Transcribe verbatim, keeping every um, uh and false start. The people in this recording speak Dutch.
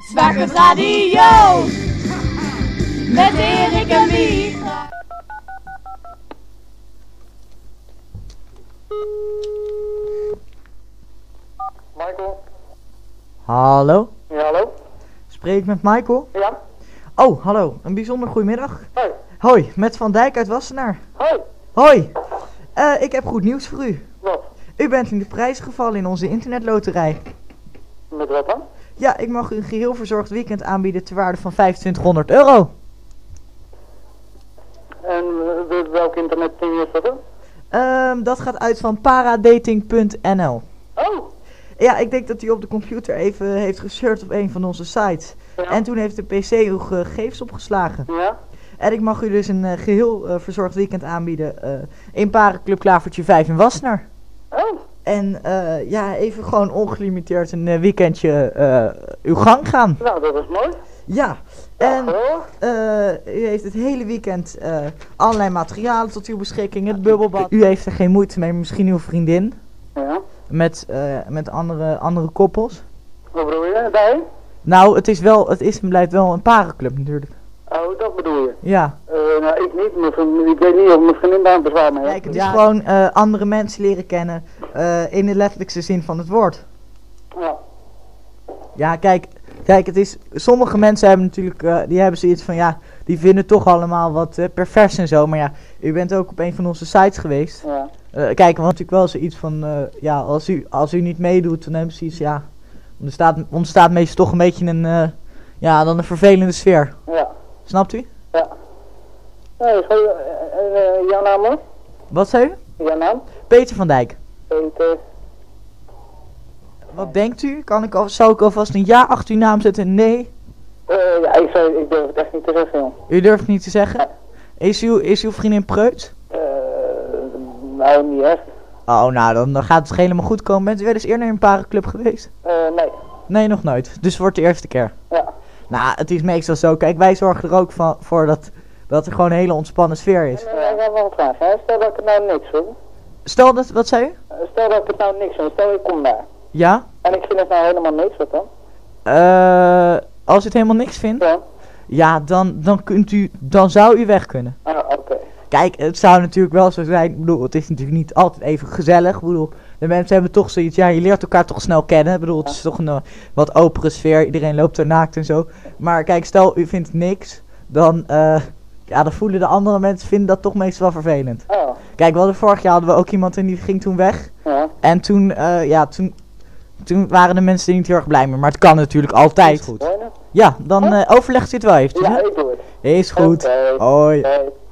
Zwakke Radio met Erik en Mitra. Michael? Hallo? Ja, hallo? Spreek ik met Michael? Ja? Oh, hallo. Een bijzonder goedemiddag. Hoi. Hoi, met Van Dijk uit Wassenaar. Hoi. Hoi. Uh, ik heb goed nieuws voor u. Wat? U bent in de prijs gevallen in onze internetloterij. Met wat dan? Ja, ik mag u een geheel verzorgd weekend aanbieden ter waarde van vijfentwintighonderd euro. En uh, welk internetding is dat dan? Um, dat gaat uit van paradating punt n l. Oh! Ja, ik denk dat u op de computer even heeft gesearched op een van onze sites. Ja. En toen heeft de P C uw gegevens opgeslagen. Ja? En ik mag u dus een uh, geheel uh, verzorgd weekend aanbieden uh, in Parenclub Klavertje vijf in Wassenaar. Oh! En uh, ja, even gewoon ongelimiteerd een uh, weekendje uh, uw gang gaan. Nou, dat is mooi. Ja, en Ja, uh, u heeft het hele weekend uh, allerlei materialen tot uw beschikking. Het bubbelbad. U heeft er geen moeite mee, misschien uw vriendin. ja. Met, uh, met andere, andere koppels. Wat bedoel je? Daar? Nou, het is wel, het is en blijft wel een parenclub natuurlijk. Oh, dat bedoel je? Ja. Uh, nou, ik niet. Mijn vriendin, ik weet niet of mijn vriendin daar een bezwaar mee heeft. Kijk, het is gewoon uh, andere mensen leren kennen uh, in de letterlijkste zin van het woord. Ja. Ja, kijk, kijk, het is, sommige mensen hebben natuurlijk, uh, die hebben zoiets van, ja, die vinden toch allemaal wat uh, pervers en zo. Maar ja, u bent ook op een van onze sites geweest. Ja. Uh, kijk, want natuurlijk wel zoiets van, uh, ja, als u, als u niet meedoet, dan hebben ze iets, ja, er staat, ontstaat meestal toch een beetje een, uh, ja, dan een vervelende sfeer. Ja. Snapt u? Ja. Nee, is goed. Uh, uh, jouw naam hoor? Wat zei u? Jouw naam? Peter van Dijk. Peter. Wat denkt u? Kan ik al, zou ik alvast een ja achter uw naam zetten? Nee. Uh, ja, ik, zou, ik durf het echt niet te zeggen, joh. U durft het niet te zeggen? Is uw, is uw vriendin preut? Uh, nou, niet echt. Oh, nou, dan, dan gaat het helemaal goed komen. Bent u wel eens eerder in een parenclub geweest? Uh, nee. Nee, nog nooit. Dus het wordt de eerste keer. Ja. Nou, het is meestal zo. Kijk, wij zorgen er ook van, voor dat, dat er gewoon een hele ontspannen sfeer is. Nee, nee, ik heb wel een vraag. Hè? Stel dat ik het nou niks vind. Stel dat, wat zei u? Uh, stel dat ik het nou niks vind. Stel ik kom daar. Ja? En ik vind het nou helemaal niks, wat dan? Eh, als u het helemaal niks vindt? Ja. Ja, dan, dan kunt u, dan zou u weg kunnen. Ah, oké. Okay. Kijk, het zou natuurlijk wel zo zijn. Ik bedoel, het is natuurlijk niet altijd even gezellig. Ik bedoel, de mensen hebben toch zoiets. Ja, je leert elkaar toch snel kennen. Ik bedoel, het is toch een uh, wat opere sfeer. Iedereen loopt er naakt en zo. Maar kijk, stel u vindt niks. Dan, uh, ja, dan voelen de andere mensen vinden dat toch meestal wel vervelend. Oh. Kijk, we hadden vorig jaar hadden we ook iemand en die ging toen weg. Ja. En toen, uh, ja, toen, toen waren de mensen er niet heel erg blij mee. Maar het kan natuurlijk altijd. Goed. Ja, dan uh, overlegt u het wel eventjes. Ja, Hè? ik doe het. Is goed. Okay. Hoi. Okay.